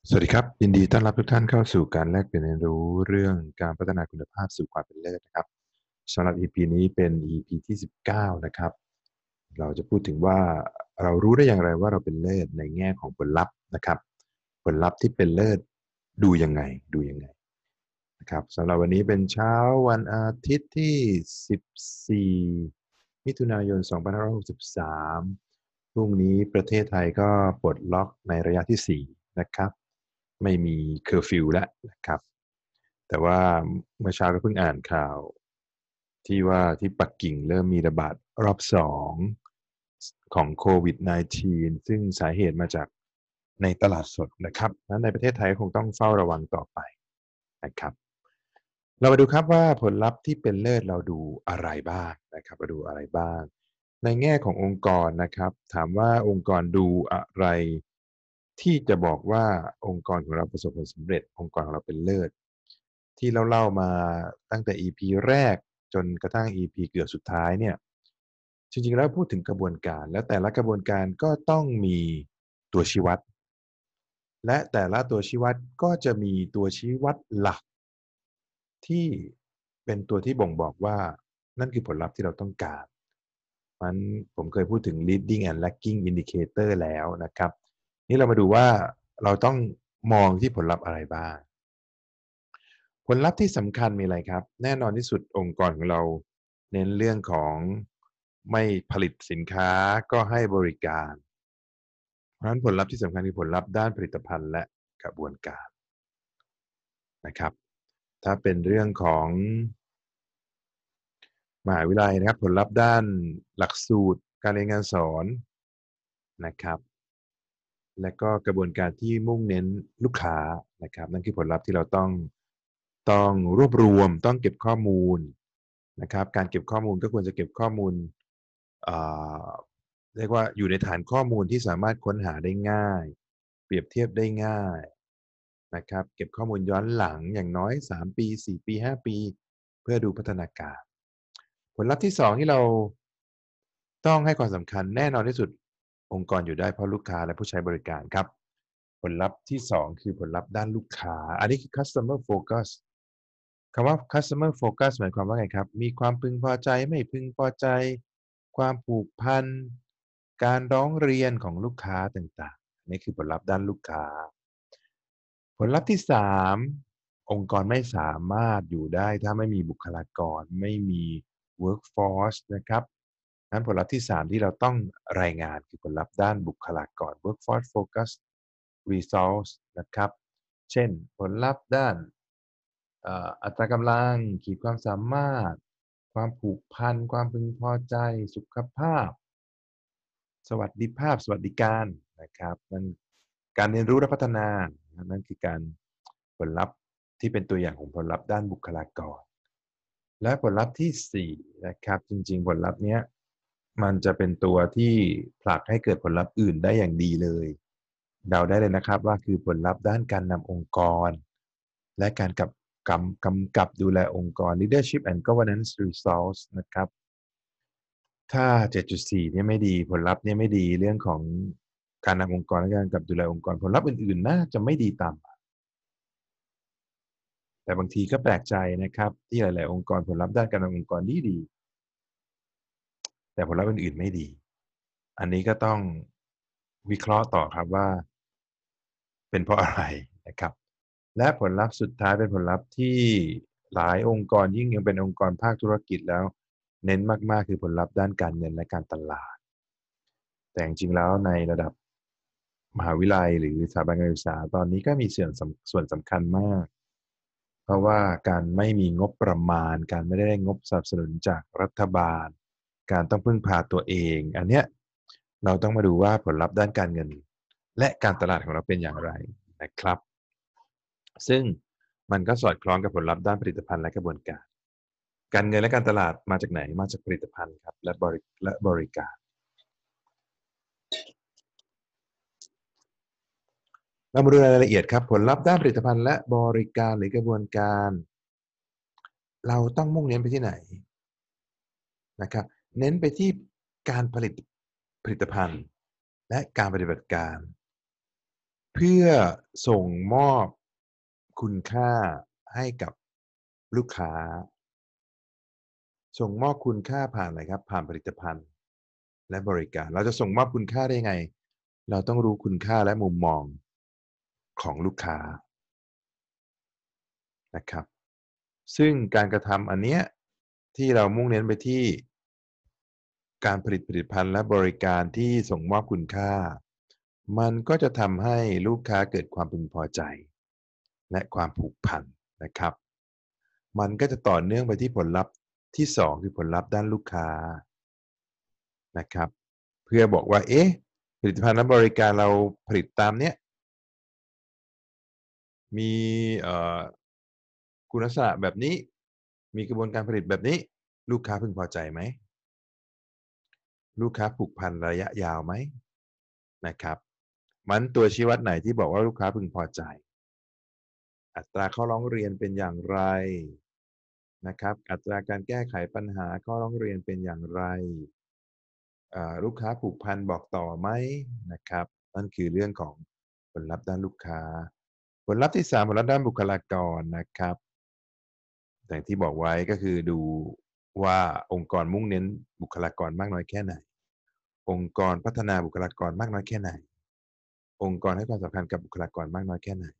สวัสดีครับยินดีต้อนรับทุกท่านเข้าสู่การแลกเปลี่ยนเรียนรู้เรื่องการพัฒนาคุณภาพสู่ความเป็นเลิศนะครับสำหรับ EP นี้เป็น EP ที่19นะครับเราจะพูดถึงว่าเรารู้ได้อย่างไรว่าเราเป็นเลิศในแง่ของผลลัพธ์นะครับผลลัพธ์ที่เป็นเลิศดูยังไงนะครับสำหรับวันนี้เป็นเช้าวันอาทิตย์ที่14มิถุนายน2563พรุ่งนี้ประเทศไทยก็ปลดล็อกในระยะที่4นะครับไม่มีเคอร์ฟิวแล้วนะครับแต่ว่าเมื่อเช้าก็เพิ่งอ่านข่าวที่ว่าที่ปักกิ่งเริ่มมีระบาดรอบ2ของโควิด -19 ซึ่งสาเหตุมาจากในตลาดสดนะครับนั้นในประเทศไทยคงต้องเฝ้าระวังต่อไปนะครับ เรามาดูครับว่าผลลัพธ์ที่เป็นเลิศเราดูอะไรบ้างนะครับเราดูอะไรบ้างในแง่ขององค์กรนะครับถามว่าองค์กรดูอะไรที่จะบอกว่าองค์กรของเราประสบผลสำเร็จองค์กรของเราเป็นเลิศที่เราเล่ามาตั้งแต่ EP แรกจนกระทั่ง EP เกือบสุดท้ายเนี่ยจริงๆแล้วพูดถึงกระบวนการแล้วแต่ละกระบวนการก็ต้องมีตัวชี้วัด และแต่ละตัวชี้วัดก็จะมีตัวชี้วัดหลักที่เป็นตัวที่บ่งบอกว่านั่นคือผลลัพธ์ที่เราต้องการมันผมเคยพูดถึง leading and lagging indicator แล้วนะครับนี่เรามาดูว่าเราต้องมองที่ผลลัพธ์อะไรบ้างผลลัพธ์ที่สำคัญมีอะไรครับแน่นอนที่สุดองค์กรของเราเน้นเรื่องของไม่ผลิตสินค้าก็ให้บริการเพราะฉะนั้นผลลัพธ์ที่สำคัญคือผลลัพธ์ด้านผลิตภัณฑ์และกระบวนการนะครับ ถ้าเป็นเรื่องของมหาวิทยาลัยนะครับผลลัพธ์ด้านหลักสูตรการเรียนการสอนนะครับและก็กระบวนการที่มุ่งเน้นลูกค้านะครับนั่นคือผลลัพธ์ที่เราต้องรวบรวมต้องเก็บข้อมูลนะครับการเก็บข้อมูลก็ควรจะเก็บข้อมูลเอ่อเรียกว่าอยู่ในฐานข้อมูลที่สามารถค้นหาได้ง่ายเปรียบเทียบได้ง่ายนะครับเก็บข้อมูลย้อนหลังอย่างน้อย3ปี4ปี5ปีเพื่อดูพัฒนาการ ผลลัพธ์ที่2ที่เราต้องให้ความสำคัญแน่นอนที่สุดองค์กรอยู่ได้เพราะลูกค้าและผู้ใช้บริการครับผลลัพธ์ที่2คือผลลัพธ์ด้านลูกค้าอันนี้คือ customer focus คำว่า customer focus หมายความว่าไงครับมีความพึงพอใจไม่พึงพอใจความผูกพันการร้องเรียนของลูกค้าต่างๆนี่คือผลลัพธ์ด้านลูกค้าผลลัพธ์ที่3องค์กรไม่สามารถอยู่ได้ถ้าไม่มีบุคลากรไม่มี workforce นะครับนั้นผลลัพธ์ที่3ที่เราต้องรายงานคือผลลัพธ์ด้านบุคลากร workforce focus results นะครับเช่นผลลัพธ์ด้านอัตรากำลังขีดความสามารถความผูกพันความพึงพอใจสุขภาพสวัสดิภาพสวัสดิการนะครับนั่นการเรียนรู้และพัฒนานั่นคือการผลลัพธ์ที่เป็นตัวอย่างของผลลัพธ์ด้านบุคลากร และผลลัพธ์ที่4นะครับจริงๆผลลัพธ์เนี้ยมันจะเป็นตัวที่ผลักให้เกิดผลลัพธ์อื่นได้อย่างดีเลยเดาได้เลยนะครับว่าคือผลลัพธ์ด้านการนำองค์กรและการกำกับดูแลองค์กร leadership and governance results นะครับถ้า7.4เนี่ยไม่ดีผลลัพธ์เนี่ยไม่ดีเรื่องของการนำองค์กรและการกำกับดูแลองค์กรผลลัพธ์อื่นๆน่าจะไม่ดีตาม แต่บางทีก็แปลกใจนะครับที่หลายๆองค์กรผลลัพธ์ด้านการนำองค์กรดีแต่ผลลัพธ์อื่นๆไม่ดีอันนี้ก็ต้องวิเคราะห์ต่อครับว่าเป็นเพราะอะไรนะครับและผลลัพธ์สุดท้ายเป็นผลลัพธ์ที่หลายองค์กรยิ่งยังเป็นองค์กรภาคธุรกิจแล้วเน้นมากๆคือผลลัพธ์ด้านการเงินและการตลาดแต่จริงๆแล้วในระดับมหาวิทยาลัยหรือสถาบันการศึกษาตอนนี้ก็มีส่วนสำคัญมาก เพราะว่าการไม่มีงบประมาณการไม่ได้งบสนับสนุนจากรัฐบาลการต้องพึ่งพาตัวเองอันเนี้ยเราต้องมาดูว่าผลลัพธ์ด้านการเงินและการตลาดของเราเป็นอย่างไรนะครับซึ่งมันก็สอดคล้องกับผลลัพธ์ด้านผลิตภัณฑ์และกระบวนการการเงินและการตลาดมาจากไหนมาจากผลิตภัณฑ์ครับและบริการเรามาดูรายละเอียดครับผลลัพธ์ด้านผลิตภัณฑ์และบริการหรือกระบวนการเราต้องมุ่งเน้นไปที่ไหน นะครับเน้นไปที่การผลิตผลิตภัณฑ์และการปฏิบัติการเพื่อส่งมอบคุณค่าให้กับลูกค้าส่งมอบคุณค่าผ่านอะไรครับผ่านผลิตภัณฑ์และบริการเราจะส่งมอบคุณค่าได้ยังไงเราต้องรู้คุณค่าและมุมมองของลูกค้านะครับซึ่งการกระทำอันเนี้ยที่เรามุ่งเน้นไปที่การผลิตผลิตภัณฑ์และบริการที่ส่งมอบคุณค่ามันก็จะทำให้ลูกค้าเกิดความพึงพอใจและความผูกพันนะครับ มันก็จะต่อเนื่องไปที่ผลลัพธ์ที่2คือผลลัพธ์ด้านลูกค้านะครับเพื่อบอกว่าเอ๊ะผลิตภัณฑ์และบริการเราผลิตตามเนี้ยมีเอ่อคุณลักษณะแบบนี้มีกระบวนการผลิตแบบนี้ลูกค้าพึงพอใจไหมลูกค้าผูกพันระยะยาวไหมนะครับมันตัวชี้วัดไหนที่บอกว่าลูกค้าพึงพอใจอัตราข้อร้องเรียนเป็นอย่างไรนะครับอัตราการแก้ไขปัญหาข้อร้องเรียนเป็นอย่างไร ลูกค้าผูกพันบอกต่อไหมนะครับนั่นคือเรื่องของผลลัพธ์ด้านลูกค้าผลลัพธ์ที่3ผลลัพธ์ด้านบุคลากรนะครับอย่างที่บอกไว้ก็คือดูว่าองค์กรมุ่งเน้นบุคลากรมากน้อยแค่ไหนองค์กรพัฒนาบุคลากรมากน้อยแค่ไหนองค์กรให้ความสำคัญกับบุคลากรมากน้อยแค่ไหน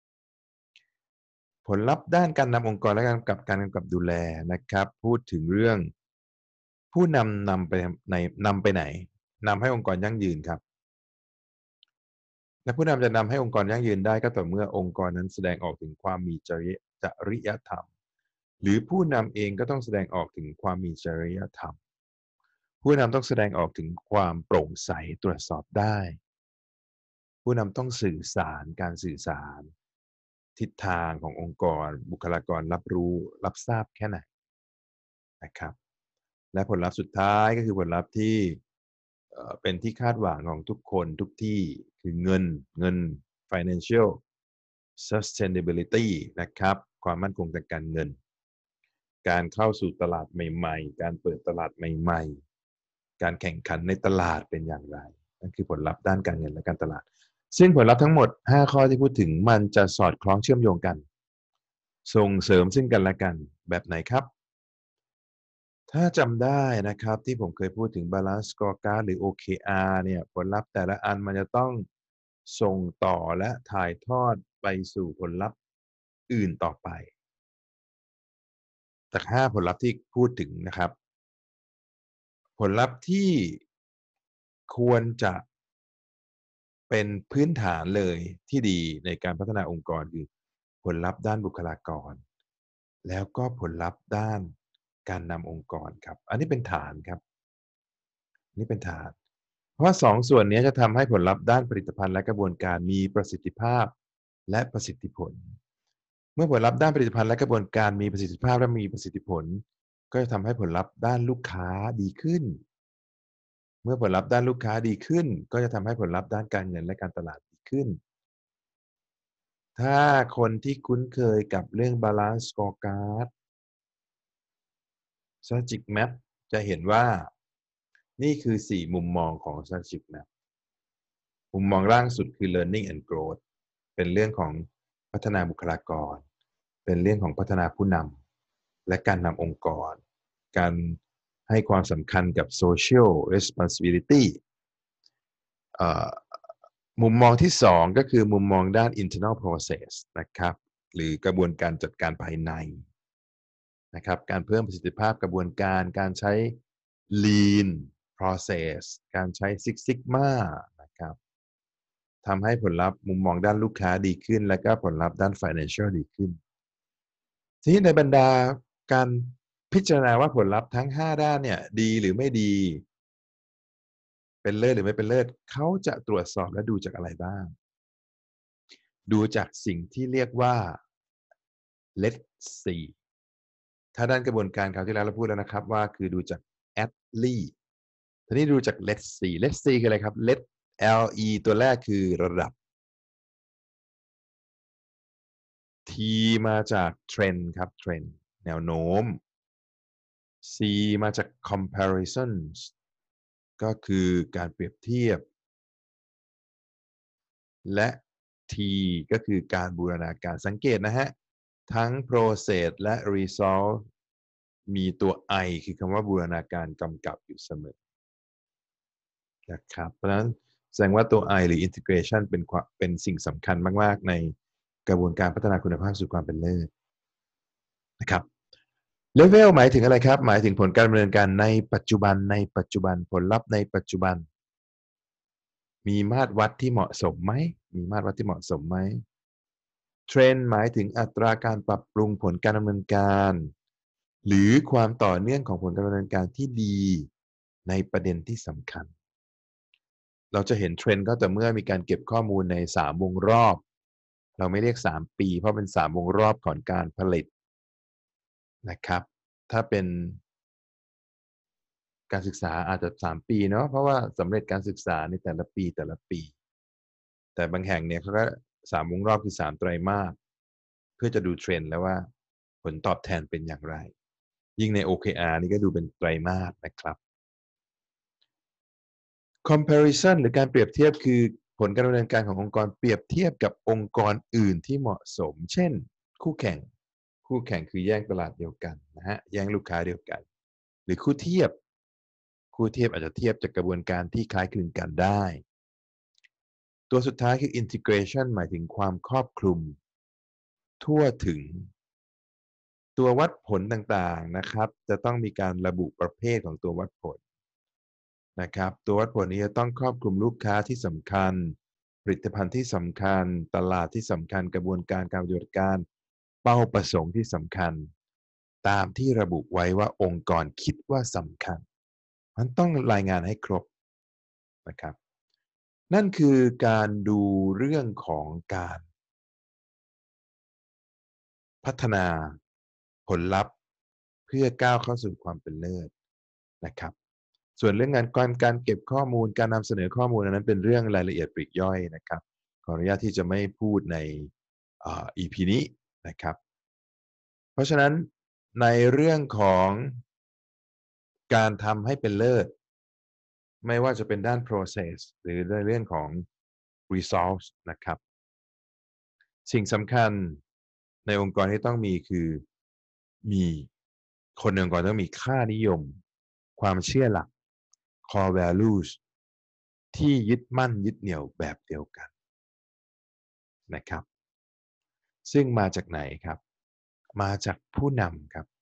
ผลลัพธ์ด้านการนำองค์กรและการกำกับดูแลนะครับพูดถึงเรื่องผู้นำไปไหนนำให้องค์กรยั่งยืนครับ และผู้นำจะนำให้องค์กรยั่งยืนได้ก็ต่อเมื่อองค์กรนั้นแสดงออกถึงความมีจริยธรรมหรือผู้นำเองก็ต้องแสดงออกถึงความมีจริยธรรมผู้นำต้องแสดงออกถึงความโปร่งใสตรวจสอบได้ผู้นำต้องสื่อสารการสื่อสารทิศทางขององค์กรบุคลากรรับรู้รับทราบแค่ไหนนะครับและผลลัพธ์สุดท้ายก็คือผลลัพธ์ที่เป็นที่คาดหวังของทุกคนทุกที่คือเงิน financial sustainability นะครับความมั่นคงทางการเงินการเข้าสู่ตลาดใหม่ๆการเปิดตลาดใหม่ๆการแข่งขันในตลาดเป็นอย่างไรนั่นคือผลลัพธ์ด้านการเงินและการตลาดซึ่งผลลัพธ์ทั้งหมด5ข้อที่พูดถึงมันจะสอดคล้องเชื่อมโยงกันส่งเสริมซึ่งกันและกันแบบไหนครับ ถ้าจำได้นะครับที่ผมเคยพูดถึง Balance Scorecard หรือ OKR เนี่ยผลลัพธ์แต่ละอันมันจะต้องส่งต่อและถ่ายทอดไปสู่ผลลัพธ์อื่นต่อไปจาก5ผลลัพธ์ที่พูดถึงนะครับผลลัพธ์ที่ควรจะเป็นพื้นฐานเลยที่ดีในการพัฒนาองค์กรคือผลลัพธ์ด้านบุคลากรแล้วก็ผลลัพธ์ด้านการนำองค์กรครับอันนี้เป็นฐานครับนี่เป็นฐาน เพราะว่า2ส่วนนี้จะทำให้ผลลัพธ์ด้านผลิตภัณฑ์และกระบวนการมีประสิทธิภาพและประสิทธิผลเมื่อผลลัพธ์ด้านผลิตภัณฑ์และกระบวนการมีประสิทธิภาพและมีประสิทธิผลก็จะทำให้ผลลัพธ์ด้านลูกค้าดีขึ้นเมื่อผลลัพธ์ด้านลูกค้าดีขึ้นก็จะทำให้ผลลัพธ์ด้านการเงินและการตลาดดีขึ้นถ้าคนที่คุ้นเคยกับเรื่อง Balance Scorecard Strategic Map จะเห็นว่านี่คือ4มุมมองของ Strategic Map มุมมองล่างสุดคือ learning and growth เป็นเรื่องของพัฒนาบุคลากรเป็นเรื่องของพัฒนาผู้นำและการนำองค์กรการให้ความสำคัญกับ social responsibility เอ่อมุมมองที่2ก็คือมุมมองด้าน internal process นะครับหรือกระบวนการจัดการภายในนะครับการเพิ่มประสิทธิภาพกระบวนการการใช้ lean process การใช้ Six Sigma นะครับทำให้ผลลัพธ์มุมมองด้านลูกค้าดีขึ้นและก็ผลลัพธ์ด้าน financial ดีขึ้นทีนี้ในบรรดาการพิจารณาว่าผลลัพธ์ทั้ง5ด้านเนี่ยดีหรือไม่ดีเป็นเลิศหรือไม่เป็นเลิศเขาจะตรวจสอบและดูจากอะไรบ้างดูจากสิ่งที่เรียกว่า Let's see ถ้าด้านกระบวนการคราวที่แล้วเราพูดแล้วนะครับว่าคือดูจาก Atlee ทีนี้ดูจาก Let's see คืออะไรครับ Le ตัวแรกคือระดับ T มาจาก Trend ครับ Trend แนวโน้ม C มาจาก Comparisons ก็คือการเปรียบเทียบและ T ก็คือการบูรณาการสังเกตนะฮะทั้ง process และ result มีตัว I คือคำว่าบูรณาการกำกับอยู่เสมอนะครับเพราะฉะนั้นแสดงว่าตัว I หรือ integration เป็นสิ่งสำคัญมากๆในกระบวนการพัฒนาคุณภาพสู่ความเป็นเลิศนะครับ Level หมายถึงอะไรครับหมายถึงผลการดำเนินการในปัจจุบันผลลัพธ์ในปัจจุบันมีมาตรวัดที่เหมาะสมไหมมีมาตรวัดที่เหมาะสมไหม Trend หมายถึงอัตราการปรับปรุงผลการดำเนินการหรือความต่อเนื่องของผลการดำเนินการที่ดีในประเด็นที่สำคัญเราจะเห็นเทรนด์ก็แต่อเมื่อมีการเก็บข้อมูลใน3วงรอบเราไม่เรียก3ปีเพราะเป็น3วงรอบก่อนการผลิตนะครับถ้าเป็นการศึกษาอาจจะ3ปีเนาะเพราะว่าสำเร็จการศึกษาในแต่ละปีแต่บางแห่งเนี่ยเขาก็3วงรอบคือ3ไตรมาสเพื่อจะดูเทรนด์แล้วว่าผลตอบแทนเป็นอย่างไรยิ่งใน OKR นี่ก็ดูเป็นไตรมาสนะครับ comparison หรือการเปรียบเทียบคือผลการดำเนินการขององค์กรเปรียบเทียบกับองค์กรอื่นที่เหมาะสมเช่นคู่แข่งคือแย่งตลาดเดียวกันนะฮะแย่งลูกค้าเดียวกันหรือคู่เทียบอาจจะเทียบจากกระบวนการที่คล้ายคลึงกันได้ตัวสุดท้ายคือ integration หมายถึงความครอบคลุมทั่วถึงตัววัดผลต่างๆนะครับจะต้องมีการระบุประเภทของตัววัดผลนะครับตัววัดผลนี้จะต้องครอบคลุมลูกค้าที่สำคัญผลิตภัณฑ์ที่สำคัญตลาดที่สำคัญกระบวนการการปฏิบัติการเป้าประสงค์ที่สำคัญตามที่ระบุไว้ว่าองค์กรคิดว่าสำคัญมันต้องรายงานให้ครบนะครับนั่นคือการดูเรื่องของการพัฒนาผลลัพธ์เพื่อก้าวเข้าสู่ความเป็นเลิศนะครับส่วนเรื่องการเก็บข้อมูลการนำเสนอข้อมูลนั้นเป็นเรื่องรายละเอียดปลีกย่อยนะครับขออนุญาตที่จะไม่พูดในEP นี้นะครับเพราะฉะนั้นในเรื่องของการทำให้เป็นเลิศไม่ว่าจะเป็นด้าน process หรือในเรื่องของ results นะครับสิ่งสำคัญในองค์กรที่ต้องมีคือมีคนในองค์กรต้องมีค่านิยมความเชื่อหลัก core values ที่ยึดมั่นยึดเหนี่ยวแบบเดียวกันนะครับซึ่งมาจากไหนครับมาจากผู้นำครับ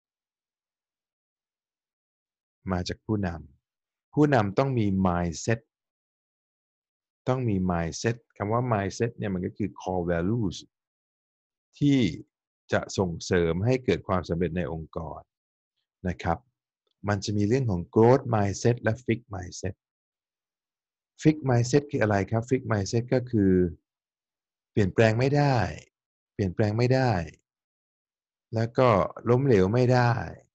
มาจากผู้นำต้องมี mindset ต้องมี mindset คำว่า mindset เนี่ยมันก็คือ core values ที่จะส่งเสริมให้เกิดความสำเร็จในองค์กรนะครับมันจะมีเรื่องของ growth mindset และ fixed mindset fixed mindset คืออะไรครับ fixed mindset ก็คือเปลี่ยนแปลงไม่ได้แล้วก็ล้มเหลวไม่ได้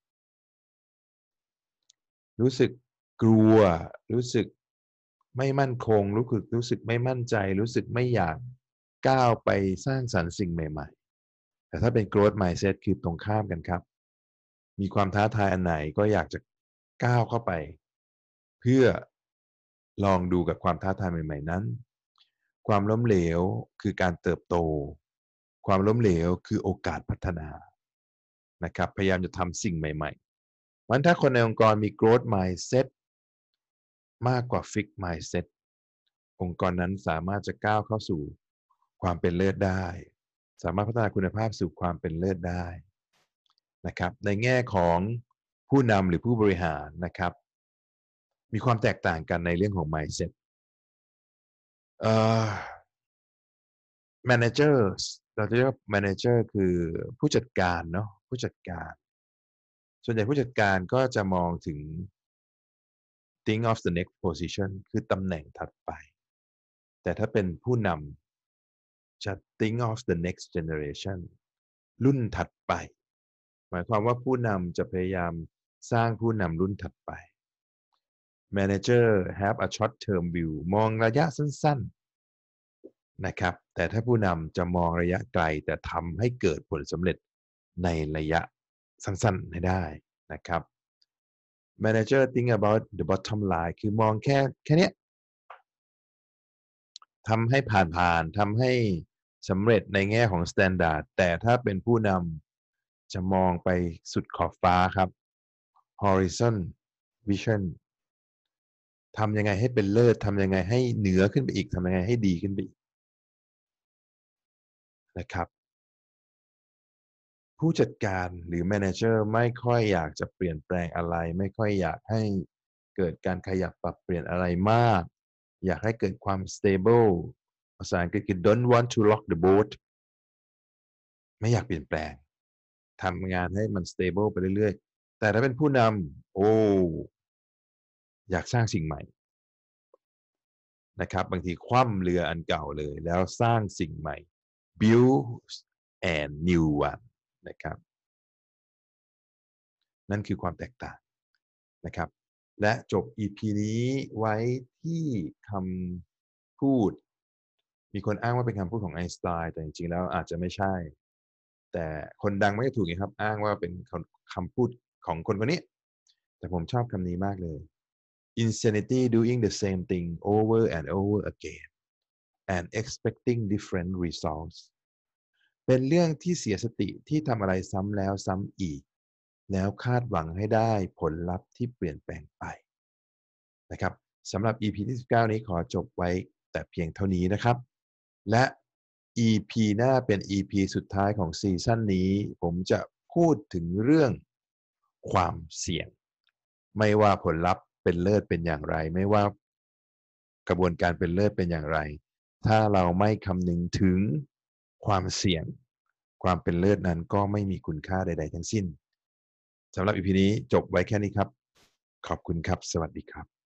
รู้สึกกลัวรู้สึกไม่มั่นคงรู้สึกไม่มั่นใจรู้สึกไม่อยากก้าวไปสร้างสรรค์สิ่งใหม่ๆแต่ถ้าเป็น growth mindset คือตรงข้ามกันครับมีความท้าทายอันไหนก็อยากจะก้าวเข้าไปเพื่อลองดูกับความท้าทายใหม่ๆนั้นความล้มเหลวคือการเติบโตความล้มเหลวคือโอกาสพัฒนานะครับพยายามจะทำสิ่งใหม่ๆวันถ้าคนในองค์กรมี growth mindset มากกว่า fixed mindset องค์กรนั้นสามารถจะก้าวเข้าสู่ความเป็นเลิศได้สามารถพัฒนาคุณภาพสู่ความเป็นเลิศได้นะครับในแง่ของผู้นำหรือผู้บริหารนะครับมีความแตกต่างกันในเรื่องของ mindset เอ่อ managers เราจะเรียกว่า manager คือผู้จัดการเนาะผู้จัดการส่วนใหญ่ผู้จัดการก็จะมองถึง think of the next position คือตำแหน่งถัดไปแต่ถ้าเป็นผู้นำจะ think of the next generation รุ่นถัดไปหมายความว่าผู้นำจะพยายามสร้างผู้นำรุ่นถัดไป Manager have a short term view มองระยะสั้นๆนะครับแต่ถ้าผู้นำจะมองระยะไกลแต่ทำให้เกิดผลสำเร็จในระยะสั้นๆให้ได้นะครับ Manager think about the bottom line คือมองแค่เนี้ยทำให้ผ่านๆทำให้สำเร็จในแง่ของ Standard แต่ถ้าเป็นผู้นำจะมองไปสุดขอบฟ้าครับ Horizon Vision ทำยังไงให้เป็นเลิศทำยังไงให้เหนือขึ้นไปอีกทำยังไงให้ดีขึ้นไปอีกนะครับผู้จัดการหรือ Manager ไม่ค่อยอยากจะเปลี่ยนแปลงอะไรไม่ค่อยอยากให้เกิดการขยับปรับเปลี่ยนอะไรมากอยากให้เกิดความ stable ภาษาอังกฤษคือ don't want to rock the boat ไม่อยากเปลี่ยนแปลงทำงานให้มัน stable ไปเรื่อยๆแต่ถ้าเป็นผู้นำโอ้อยากสร้างสิ่งใหม่นะครับบางทีคว่ำเรืออันเก่าเลยแล้วสร้างสิ่งใหม่ build and new one นะครับนั่นคือความแตกต่างนะครับและจบ EP นี้ไว้ที่คำพูดมีคนอ้างว่าเป็นคำพูดของไอน์สไตน์แต่จริงๆแล้วอาจจะไม่ใช่แต่คนดังไม่ถูกไงครับอ้างว่าเป็นคำพูดของคนคนนี้แต่ผมชอบคำนี้มากเลย insanity doing the same thing over and over again and expecting different results เป็นเรื่องที่เสียสติที่ทำอะไรซ้ำแล้วซ้ำอีกแล้วคาดหวังให้ได้ผลลัพธ์ที่เปลี่ยนแปลงไปนะครับสำหรับ EP ที่19นี้ขอจบไว้แต่เพียงเท่านี้นะครับและ EP หน้าเป็น EP สุดท้ายของซีซั่นนี้ผมจะพูดถึงเรื่องความเสี่ยงไม่ว่าผลลัพธ์เป็นเลิศเป็นอย่างไรไม่ว่ากระบวนการเป็นเลิศเป็นอย่างไรถ้าเราไม่คำนึงถึงความเสี่ยงความเป็นเลิศนั้นก็ไม่มีคุณค่าใดๆทั้งสิ้นสำหรับ EP นี้จบไว้แค่นี้ครับขอบคุณครับสวัสดีครับ